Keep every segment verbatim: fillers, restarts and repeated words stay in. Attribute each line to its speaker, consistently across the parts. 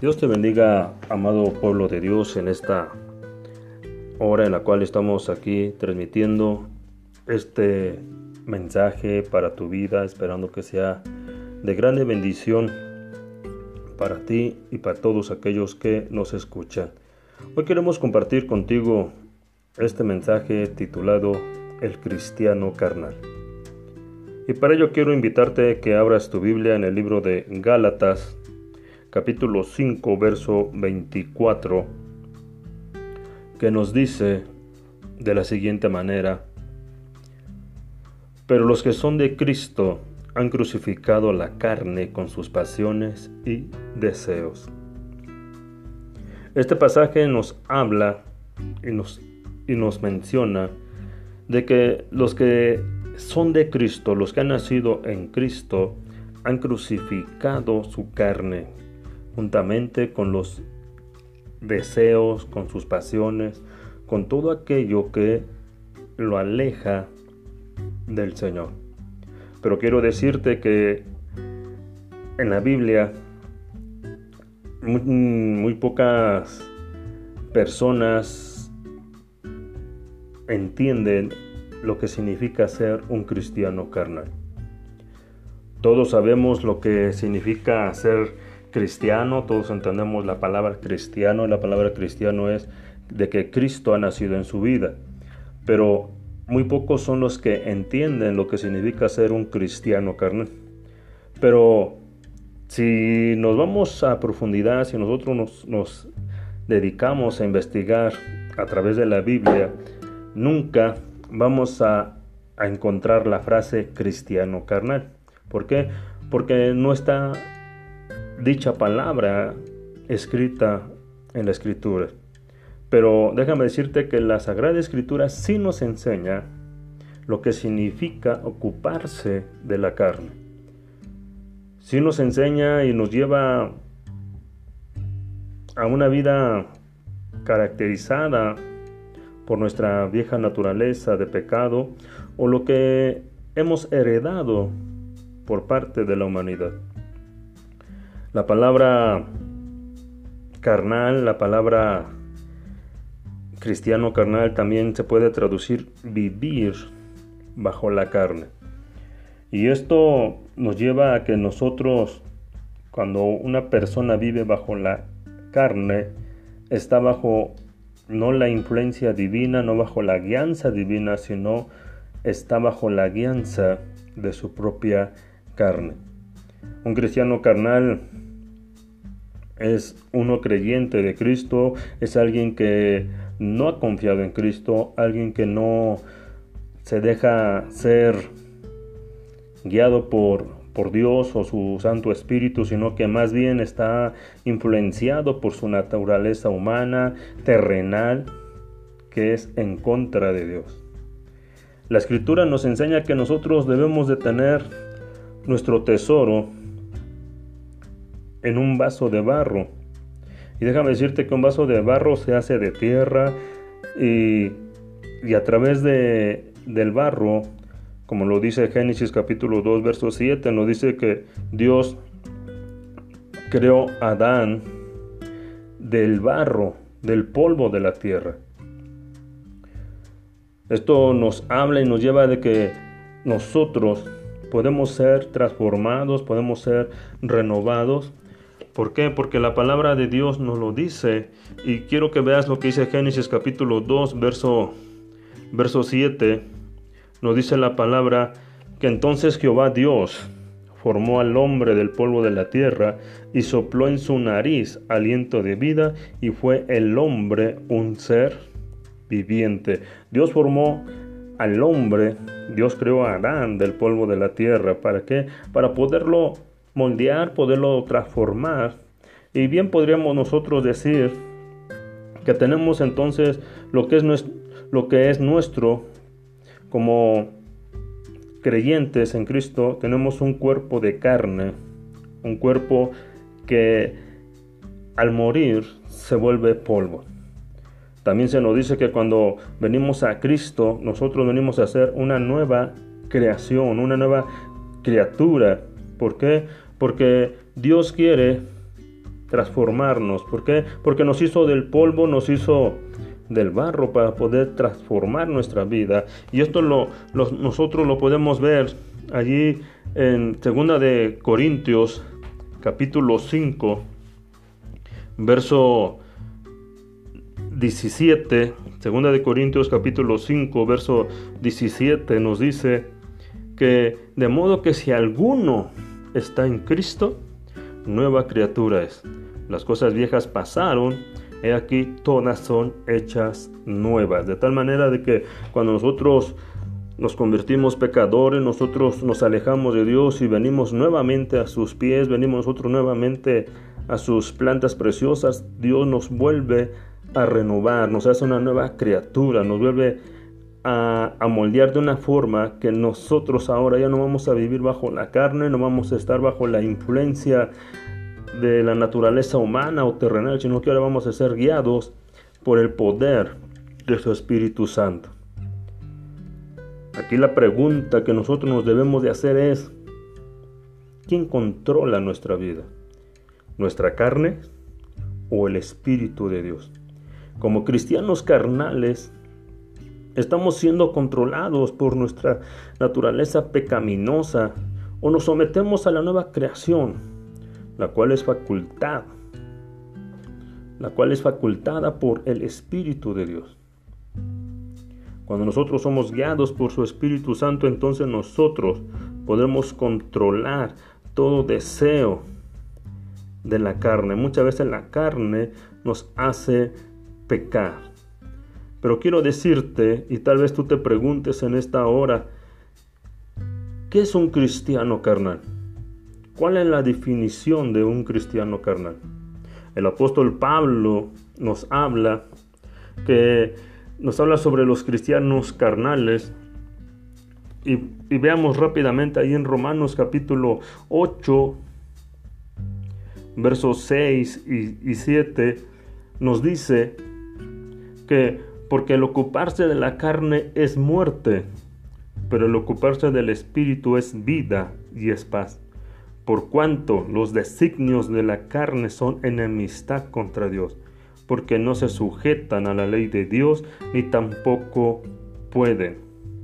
Speaker 1: Dios te bendiga, amado pueblo de Dios, en esta hora en la cual estamos aquí transmitiendo este mensaje para tu vida, esperando que sea de grande bendición para ti y para todos aquellos que nos escuchan. Hoy queremos compartir contigo este mensaje titulado El cristiano carnal. Y para ello quiero invitarte a que abras tu Biblia en el libro de Gálatas, capítulo cinco, verso veinticuatro, que nos dice de la siguiente manera: pero los que son de Cristo han crucificado la carne con sus pasiones y deseos. Este pasaje nos habla y nos, y nos menciona de que los que son de Cristo, los que han nacido en Cristo, han crucificado su carne juntamente con los deseos, con sus pasiones, con todo aquello que lo aleja del Señor. Pero quiero decirte que en la Biblia muy, muy pocas personas entienden lo que significa ser un cristiano carnal. Todos sabemos lo que significa ser cristiano, todos entendemos la palabra cristiano. La palabra cristiano es de que Cristo ha nacido en su vida, pero muy pocos son los que entienden lo que significa ser un cristiano carnal. Pero si nos vamos a profundidad, si nosotros nos, nos dedicamos a investigar a través de la Biblia, nunca vamos a, a encontrar la frase cristiano carnal. ¿Por qué? Porque no está dicha palabra escrita en la Escritura. Pero déjame decirte que la Sagrada Escritura sí nos enseña lo que significa ocuparse de la carne. Sí nos enseña y nos lleva a una vida caracterizada por nuestra vieja naturaleza de pecado o lo que hemos heredado por parte de la humanidad. La palabra carnal, la palabra cristiano carnal también se puede traducir vivir bajo la carne. Y esto nos lleva a que nosotros, cuando una persona vive bajo la carne, está bajo no la influencia divina, no bajo la guianza divina, sino está bajo la guianza de su propia carne. Un cristiano carnal es uno creyente de Cristo, es alguien que no ha confiado en Cristo, alguien que no se deja ser guiado por, por Dios o su Santo Espíritu, sino que más bien está influenciado por su naturaleza humana, terrenal, que es en contra de Dios. La Escritura nos enseña que nosotros debemos de tener nuestro tesoro en un vaso de barro. Y déjame decirte que un vaso de barro se hace de tierra y, y a través de, del barro, como lo dice Génesis capítulo dos, verso siete, nos dice que Dios creó a Adán del barro, del polvo de la tierra. Esto nos habla y nos lleva de que nosotros podemos ser transformados, podemos ser renovados. ¿Por qué? Porque la palabra de Dios nos lo dice. Y quiero que veas lo que dice Génesis capítulo dos, verso, verso siete. Nos dice la palabra que entonces Jehová Dios formó al hombre del polvo de la tierra y sopló en su nariz aliento de vida, y fue el hombre un ser viviente. Dios formó al hombre, Dios creó a Adán del polvo de la tierra. ¿Para qué? Para poderlo moldear, poderlo transformar. Y bien podríamos nosotros decir que tenemos entonces lo que es nuestro, lo que es nuestro como creyentes en Cristo. Tenemos un cuerpo de carne, un cuerpo que al morir se vuelve polvo. También se nos dice que cuando venimos a Cristo, nosotros venimos a ser una nueva creación, una nueva criatura. ¿Por qué? Porque Dios quiere transformarnos. ¿Por qué? Porque nos hizo del polvo, nos hizo del barro para poder transformar nuestra vida. Y esto lo, lo, nosotros lo podemos ver allí en segunda de Corintios, capítulo cinco, verso diecisiete. Segunda de Corintios, capítulo cinco, verso diecisiete, nos dice que de modo que si alguno está en Cristo, nueva criatura es. Las cosas viejas pasaron, he aquí todas son hechas nuevas. De tal manera de que cuando nosotros nos convertimos pecadores, nosotros nos alejamos de Dios y venimos nuevamente a sus pies, venimos nosotros nuevamente a sus plantas preciosas, Dios nos vuelve a renovar, nos hace una nueva criatura, nos vuelve a, a moldear de una forma que nosotros ahora ya no vamos a vivir bajo la carne, no vamos a estar bajo la influencia de la naturaleza humana o terrenal, sino que ahora vamos a ser guiados por el poder de su Espíritu Santo. Aquí la pregunta que nosotros nos debemos de hacer es: ¿quién controla nuestra vida? ¿Nuestra carne o el Espíritu de Dios? Como cristianos carnales, estamos siendo controlados por nuestra naturaleza pecaminosa o nos sometemos a la nueva creación, la cual es facultad, la cual es facultada por el Espíritu de Dios. Cuando nosotros somos guiados por su Espíritu Santo, entonces nosotros podemos controlar todo deseo de la carne. Muchas veces la carne nos hace pecar. Pero quiero decirte, y tal vez tú te preguntes en esta hora, ¿qué es un cristiano carnal? ¿Cuál es la definición de un cristiano carnal? El apóstol Pablo nos habla que nos habla sobre los cristianos carnales y, y veamos rápidamente ahí en Romanos capítulo ocho, versos seis y, y siete, nos dice que porque el ocuparse de la carne es muerte, pero el ocuparse del Espíritu es vida y es paz. Por cuanto los designios de la carne son enemistad contra Dios, porque no se sujetan a la ley de Dios, ni tampoco pueden.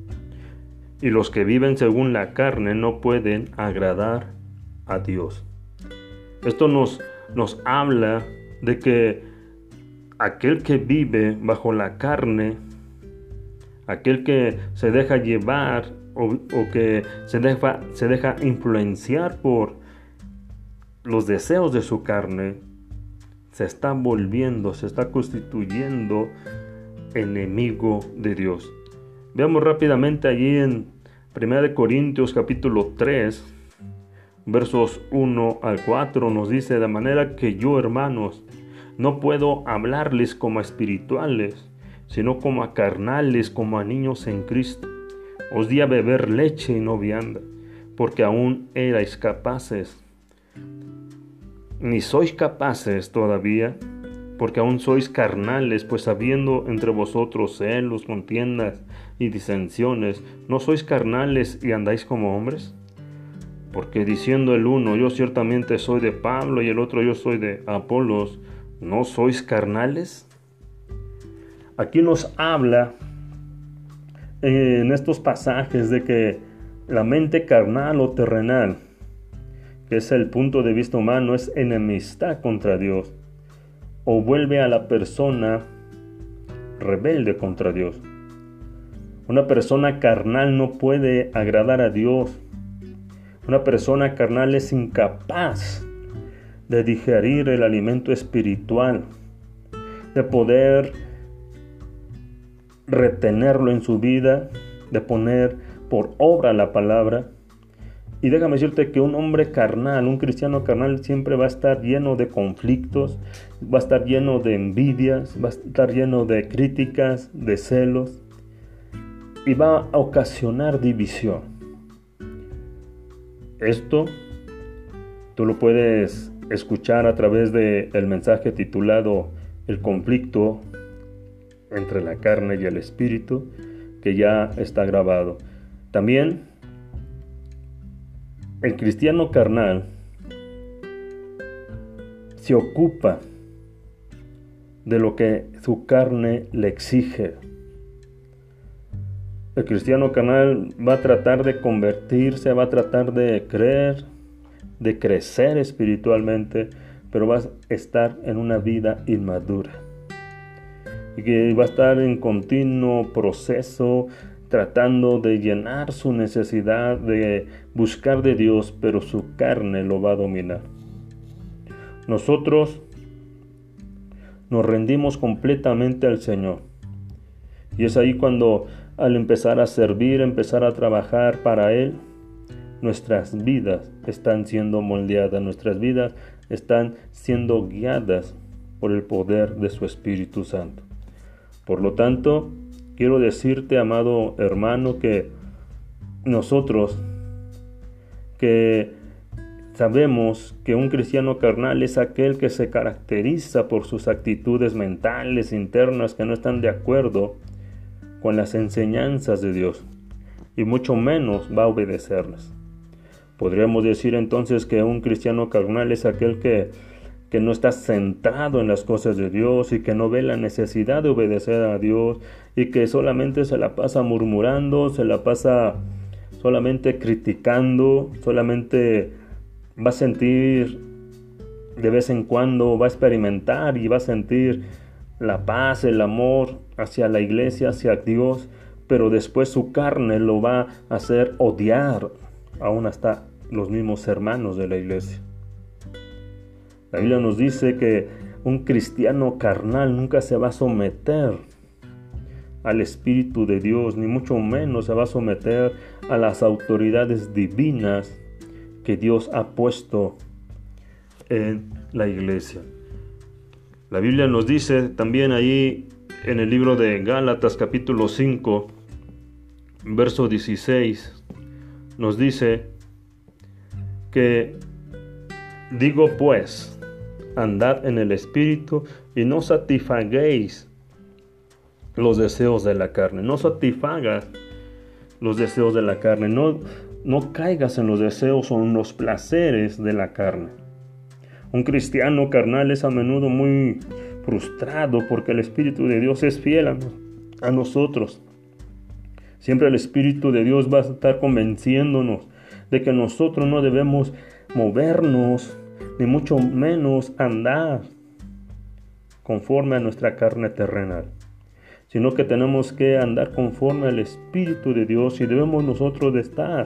Speaker 1: Y los que viven según la carne no pueden agradar a Dios. Esto nos, nos habla de que aquel que vive bajo la carne, aquel que se deja llevar o, o que se deja, se deja influenciar por los deseos de su carne, se está volviendo, se está constituyendo enemigo de Dios. Veamos rápidamente allí en primera de Corintios capítulo tres, versos uno al cuatro, nos dice: de manera que yo, hermanos, no puedo hablarles como a espirituales, sino como a carnales, como a niños en Cristo. Os di a beber leche y no vianda, porque aún erais capaces. Ni sois capaces todavía, porque aún sois carnales, pues habiendo entre vosotros celos, contiendas y disensiones, ¿no sois carnales y andáis como hombres? Porque diciendo el uno, yo ciertamente soy de Pablo, y el otro, yo soy de Apolos, ¿no sois carnales? Aquí nos habla en estos pasajes de que la mente carnal o terrenal, que es el punto de vista humano, es enemistad contra Dios, o vuelve a la persona rebelde contra Dios. Una persona carnal no puede agradar a Dios. Una persona carnal es incapaz de digerir el alimento espiritual, de poder retenerlo en su vida, de poner por obra la palabra. Y déjame decirte que un hombre carnal, un cristiano carnal, siempre va a estar lleno de conflictos, va a estar lleno de envidias, va a estar lleno de críticas, de celos, y va a ocasionar división. Esto tú lo puedes escuchar a través del mensaje titulado El conflicto entre la carne y el espíritu, que ya está grabado. También el cristiano carnal se ocupa de lo que su carne le exige. El cristiano carnal va a tratar de convertirse, va a tratar de creer, de crecer espiritualmente, pero va a estar en una vida inmadura. Y que va a estar en continuo proceso, tratando de llenar su necesidad de buscar de Dios, pero su carne lo va a dominar. Nosotros nos rendimos completamente al Señor. Y es ahí cuando, al empezar a servir, empezar a trabajar para Él, nuestras vidas están siendo moldeadas, nuestras vidas están siendo guiadas por el poder de su Espíritu Santo. Por lo tanto, quiero decirte, amado hermano, que nosotros que sabemos que un cristiano carnal es aquel que se caracteriza por sus actitudes mentales internas que no están de acuerdo con las enseñanzas de Dios, y mucho menos va a obedecerlas. Podríamos decir entonces que un cristiano carnal es aquel que, que no está centrado en las cosas de Dios y que no ve la necesidad de obedecer a Dios y que solamente se la pasa murmurando, se la pasa solamente criticando, solamente va a sentir de vez en cuando, va a experimentar y va a sentir la paz, el amor hacia la iglesia, hacia Dios, pero después su carne lo va a hacer odiar aún hasta los mismos hermanos de la iglesia. La Biblia nos dice que un cristiano carnal nunca se va a someter al Espíritu de Dios, ni mucho menos se va a someter a las autoridades divinas que Dios ha puesto en la iglesia. La Biblia nos dice también ahí en el libro de Gálatas capítulo cinco, verso dieciséis, nos dice que digo pues, andad en el Espíritu y no satisfagáis los deseos de la carne. No satisfagas los deseos de la carne. No, no caigas en los deseos o en los placeres de la carne. Un cristiano carnal es a menudo muy frustrado porque el Espíritu de Dios es fiel a, a nosotros. Siempre el Espíritu de Dios va a estar convenciéndonos de que nosotros no debemos movernos, ni mucho menos andar conforme a nuestra carne terrenal, sino que tenemos que andar conforme al Espíritu de Dios y debemos nosotros de estar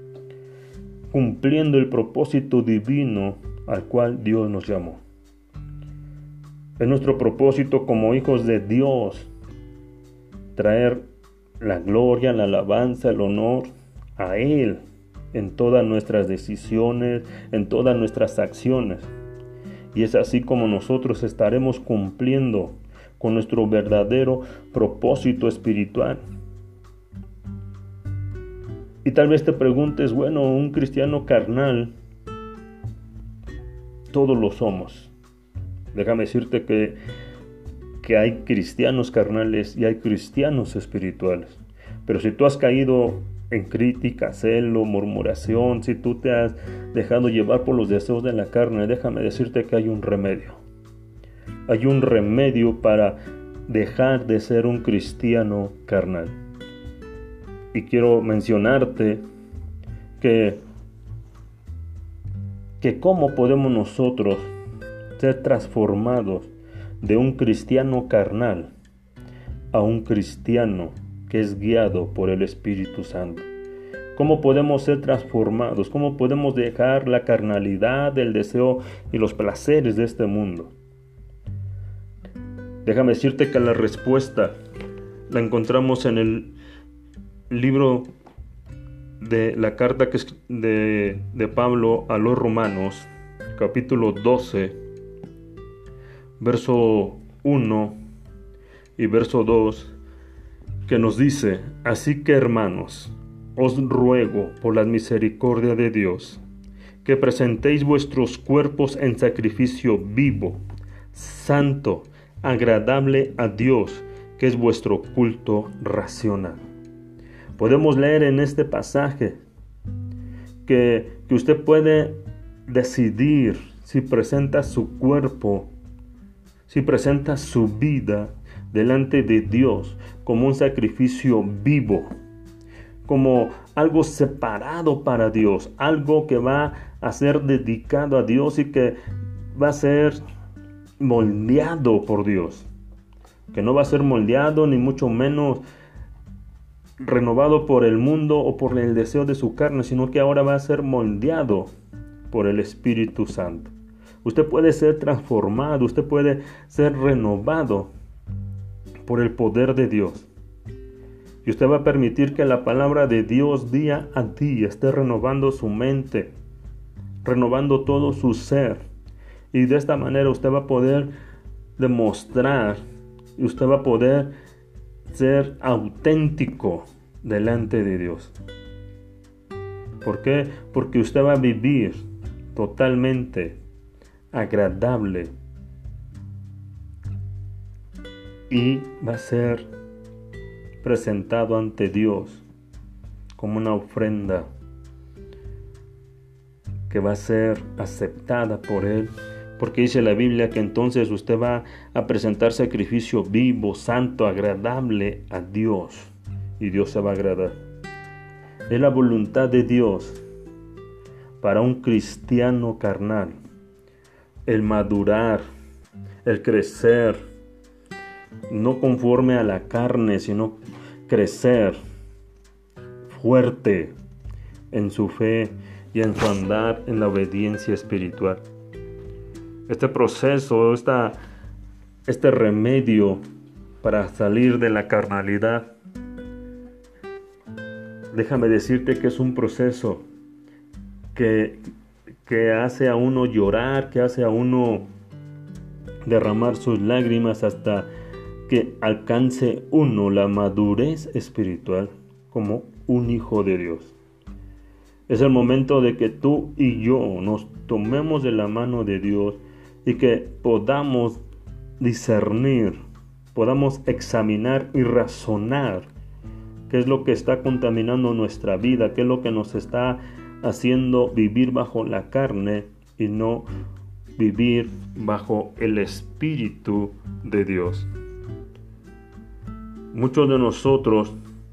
Speaker 1: cumpliendo el propósito divino al cual Dios nos llamó. Es nuestro propósito como hijos de Dios traer la gloria, la alabanza, el honor a Él en todas nuestras decisiones, en todas nuestras acciones. Y es así como nosotros estaremos cumpliendo con nuestro verdadero propósito espiritual. Y tal vez te preguntes, bueno, un cristiano carnal, todos lo somos. Déjame decirte que, que hay cristianos carnales y hay cristianos espirituales. Pero si tú has caído en crítica, celo, murmuración, si tú te has dejado llevar por los deseos de la carne, déjame decirte que hay un remedio. Hay un remedio para dejar de ser un cristiano carnal. Y quiero mencionarte que, que cómo podemos nosotros ser transformados de un cristiano carnal a un cristiano que es guiado por el Espíritu Santo. ¿Cómo podemos ser transformados? ¿Cómo podemos dejar la carnalidad, el deseo y los placeres de este mundo? Déjame decirte que la respuesta la encontramos en el libro de la carta que es de, de Pablo a los Romanos, capítulo doce, verso uno y verso dos, que nos dice: así que, hermanos, os ruego por la misericordia de Dios que presentéis vuestros cuerpos en sacrificio vivo, santo, agradable a Dios, que es vuestro culto racional. Podemos leer en este pasaje que, que usted puede decidir si presenta su cuerpo, si presenta su vida delante de Dios como un sacrificio vivo, como algo separado para Dios, algo que va a ser dedicado a Dios y que va a ser moldeado por Dios, que no va a ser moldeado ni mucho menos renovado por el mundo o por el deseo de su carne, sino que ahora va a ser moldeado por el Espíritu Santo. Usted puede ser transformado, usted puede ser renovado por el poder de Dios. Y usted va a permitir que la palabra de Dios día a día esté renovando su mente, renovando todo su ser. Y de esta manera usted va a poder demostrar y usted va a poder ser auténtico delante de Dios. ¿Por qué? Porque usted va a vivir totalmente agradable y va a ser presentado ante Dios como una ofrenda que va a ser aceptada por Él, porque dice la Biblia que entonces usted va a presentar sacrificio vivo, santo, agradable a Dios, y Dios se va a agradar. Es la voluntad de Dios para un cristiano carnal el madurar, el crecer, no conforme a la carne, sino crecer fuerte en su fe y en su andar en la obediencia espiritual. Este proceso, esta, este remedio para salir de la carnalidad, déjame decirte que es un proceso que, que hace a uno llorar, que hace a uno derramar sus lágrimas hasta que alcance uno la madurez espiritual como un hijo de Dios. Es el momento de que tú y yo nos tomemos de la mano de Dios y que podamos discernir, podamos examinar y razonar qué es lo que está contaminando nuestra vida, qué es lo que nos está haciendo vivir bajo la carne y no vivir bajo el Espíritu de Dios. Muchos de nosotros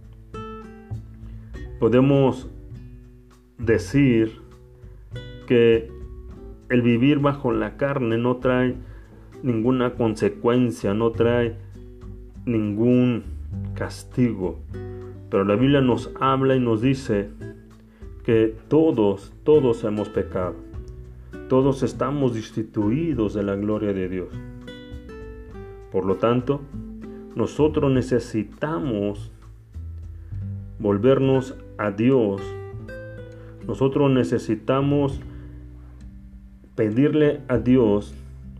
Speaker 1: podemos decir que el vivir bajo la carne no trae ninguna consecuencia, no trae ningún castigo. Pero la Biblia nos habla y nos dice que todos, todos hemos pecado. Todos estamos destituidos de la gloria de Dios. Por lo tanto, nosotros necesitamos volvernos a Dios. Nosotros necesitamos pedirle a Dios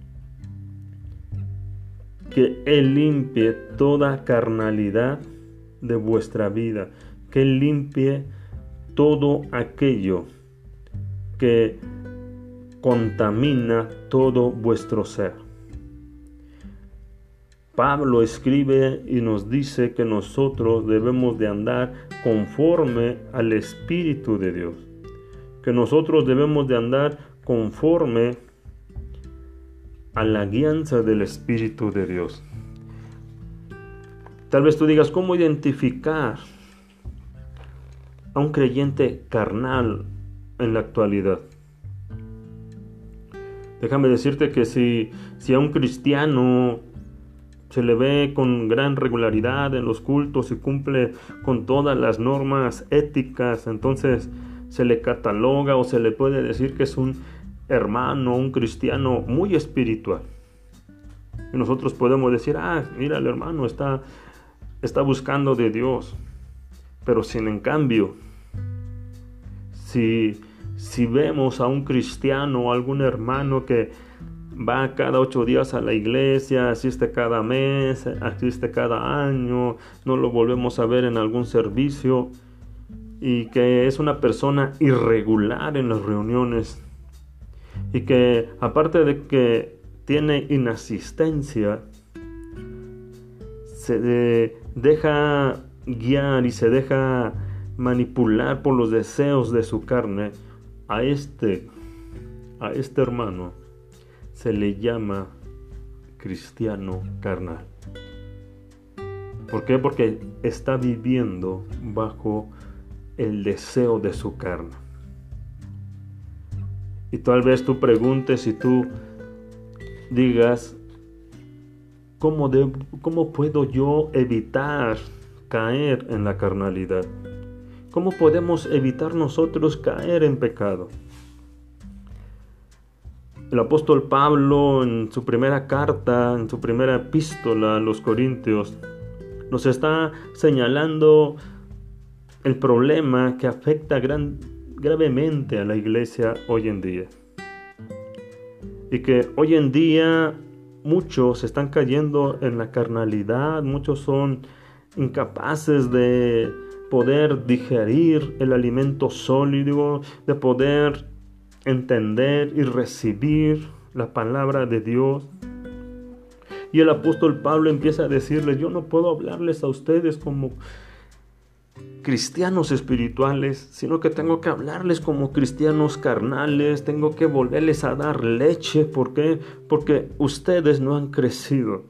Speaker 1: que Él limpie toda carnalidad de vuestra vida, que Él limpie todo aquello que contamina todo vuestro ser. Pablo escribe y nos dice que nosotros debemos de andar conforme al Espíritu de Dios, que nosotros debemos de andar conforme a la guianza del Espíritu de Dios. Tal vez tú digas, ¿cómo identificar a un creyente carnal en la actualidad? Déjame decirte que si, si a un cristiano se le ve con gran regularidad en los cultos y cumple con todas las normas éticas, entonces se le cataloga o se le puede decir que es un hermano, un cristiano muy espiritual. Y nosotros podemos decir, ah, mira, el hermano está, está buscando de Dios. Pero sin en cambio, si, si vemos a un cristiano o algún hermano que va cada ocho días a la iglesia, asiste cada mes, asiste cada año, no lo volvemos a ver en algún servicio, y que es una persona irregular en las reuniones, y que aparte de que tiene inasistencia, se de, deja guiar y se deja manipular por los deseos de su carne, a este, a este hermano se le llama cristiano carnal. ¿Por qué? Porque está viviendo bajo el deseo de su carne. Y tal vez tú preguntes y tú digas, ¿cómo, de, ¿cómo puedo yo evitar caer en la carnalidad? ¿Cómo podemos evitar nosotros caer en pecado? El apóstol Pablo en su primera carta, en su primera epístola a los Corintios, nos está señalando el problema que afecta gran, gravemente a la iglesia hoy en día. Y que hoy en día muchos están cayendo en la carnalidad, muchos son incapaces de poder digerir el alimento sólido, de poder entender y recibir la palabra de Dios. Y el apóstol Pablo empieza a decirles, yo no puedo hablarles a ustedes como cristianos espirituales, sino que tengo que hablarles como cristianos carnales, tengo que volverles a dar leche. ¿Por qué? Porque ustedes no han crecido.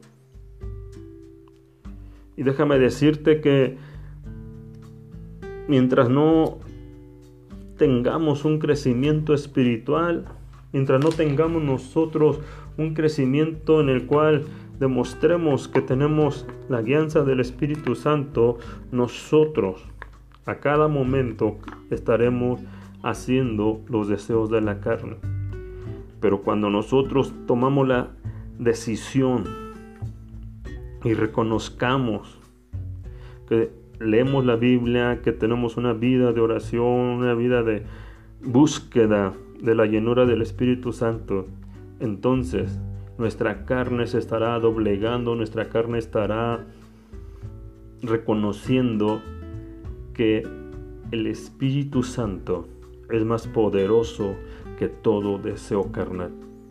Speaker 1: Y déjame decirte que mientras no tengamos un crecimiento espiritual, mientras no tengamos nosotros un crecimiento en el cual demostremos que tenemos la guianza del Espíritu Santo, nosotros a cada momento estaremos haciendo los deseos de la carne. Pero cuando nosotros tomamos la decisión y reconozcamos que leemos la Biblia, que tenemos una vida de oración, una vida de búsqueda de la llenura del Espíritu Santo, entonces nuestra carne se estará doblegando, nuestra carne estará reconociendo que el Espíritu Santo es más poderoso que todo deseo carnal.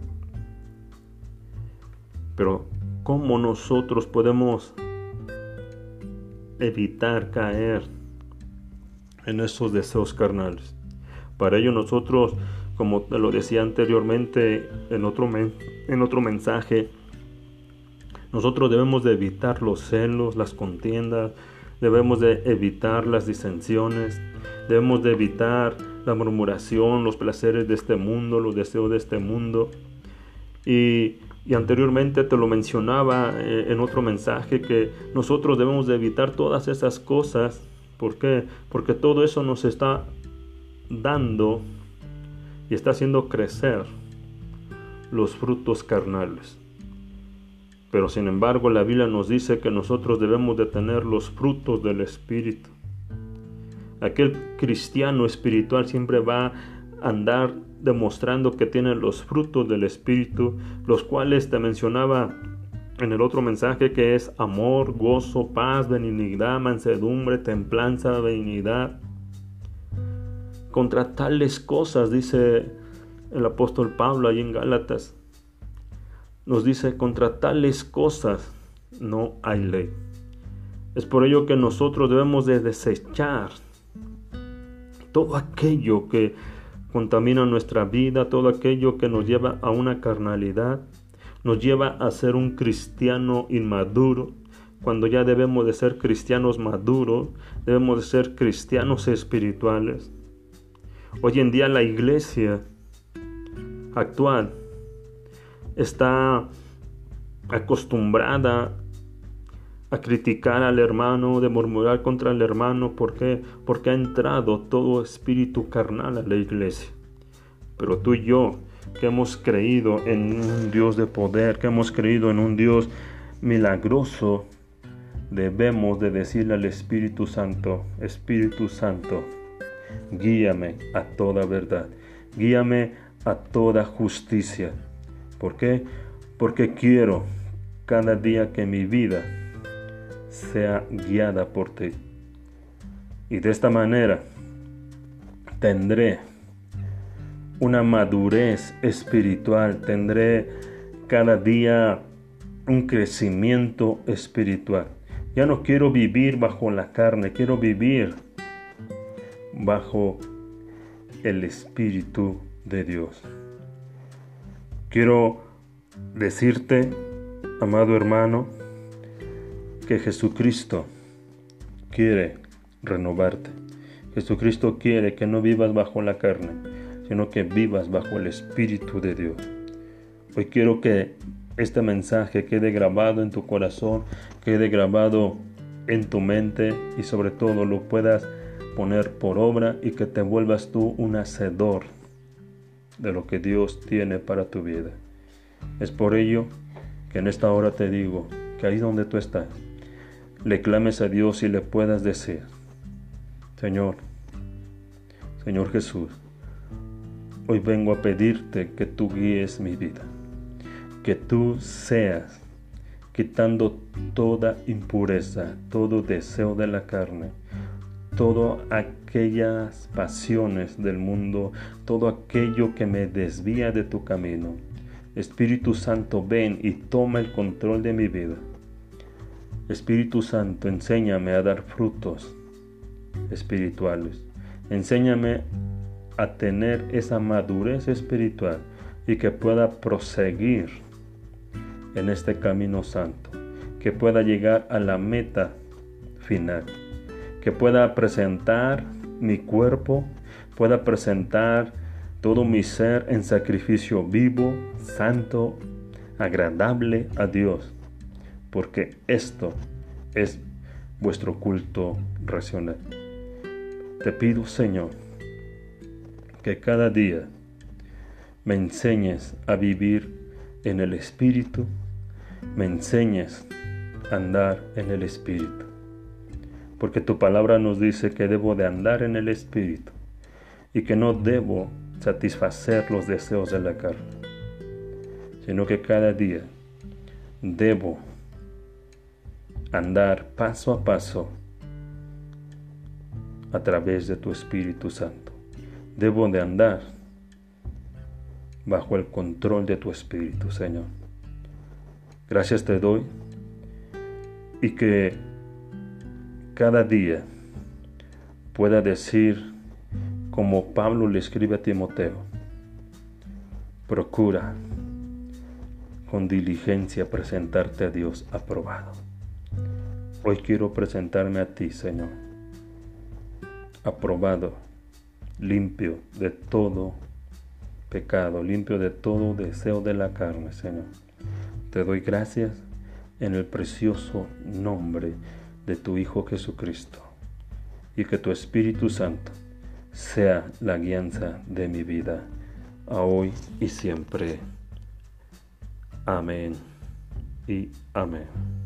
Speaker 1: Pero ¿cómo nosotros podemos evitar caer en esos deseos carnales? Para ello nosotros, como te lo decía anteriormente en otro, men- en otro mensaje, nosotros debemos de evitar los celos, las contiendas, debemos de evitar las disensiones, debemos de evitar la murmuración, los placeres de este mundo, los deseos de este mundo. Y, y anteriormente te lo mencionaba eh, en otro mensaje, que nosotros debemos de evitar todas esas cosas. ¿Por qué? Porque todo eso nos está dando y está haciendo crecer los frutos carnales. Pero sin embargo la Biblia nos dice que nosotros debemos de tener los frutos del Espíritu. Aquel cristiano espiritual siempre va a andar demostrando que tiene los frutos del Espíritu, los cuales te mencionaba en el otro mensaje, que es amor, gozo, paz, benignidad, mansedumbre, templanza, benignidad. Contra tales cosas, dice el apóstol Pablo ahí en Gálatas, nos dice, contra tales cosas no hay ley. Es por ello que nosotros debemos de desechar todo aquello que contamina nuestra vida, todo aquello que nos lleva a una carnalidad, nos lleva a ser un cristiano inmaduro, cuando ya debemos de ser cristianos maduros, debemos de ser cristianos espirituales. Hoy en día la iglesia actual está acostumbrada a criticar al hermano, de murmurar contra el hermano. ¿Por qué? Porque ha entrado todo espíritu carnal a la iglesia. Pero tú y yo, que hemos creído en un Dios de poder, que hemos creído en un Dios milagroso, debemos de decirle al Espíritu Santo, Espíritu Santo, guíame a toda verdad, guíame a toda justicia. ¿Por qué? Porque quiero cada día que mi vida sea guiada por ti. Y de esta manera tendré una madurez espiritual, tendré cada día un crecimiento espiritual. Ya no quiero vivir bajo la carne, quiero vivir bajo el Espíritu de Dios. Quiero decirte, amado hermano, que Jesucristo quiere renovarte. Jesucristo quiere que no vivas bajo la carne, sino que vivas bajo el Espíritu de Dios. Hoy quiero que este mensaje quede grabado en tu corazón, quede grabado en tu mente y sobre todo lo puedas poner por obra y que te vuelvas tú un hacedor de lo que Dios tiene para tu vida. Es por ello que en esta hora te digo que ahí donde tú estás, le clames a Dios y le puedas decir: Señor, Señor Jesús, hoy vengo a pedirte que tú guíes mi vida, que tú seas quitando toda impureza, todo deseo de la carne, todas aquellas pasiones del mundo, todo aquello que me desvía de tu camino. Espíritu Santo, ven y toma el control de mi vida. Espíritu Santo, enséñame a dar frutos espirituales. Enséñame a tener esa madurez espiritual y que pueda proseguir en este camino santo, que pueda llegar a la meta final, que pueda presentar mi cuerpo, pueda presentar todo mi ser en sacrificio vivo, santo, agradable a Dios, porque esto es vuestro culto racional. Te pido, Señor, que cada día me enseñes a vivir en el Espíritu, me enseñes a andar en el Espíritu, porque tu palabra nos dice que debo de andar en el Espíritu y que no debo satisfacer los deseos de la carne, sino que cada día debo andar paso a paso a través de tu Espíritu Santo. Debo de andar bajo el control de tu Espíritu, Señor. Gracias te doy y que cada día pueda decir, como Pablo le escribe a Timoteo: procura con diligencia presentarte a Dios aprobado. Hoy quiero presentarme a ti, Señor, aprobado, limpio de todo pecado, limpio de todo deseo de la carne, Señor. Te doy gracias en el precioso nombre de tu Hijo Jesucristo, y que tu Espíritu Santo sea la guianza de mi vida, a hoy y siempre. Amén y amén.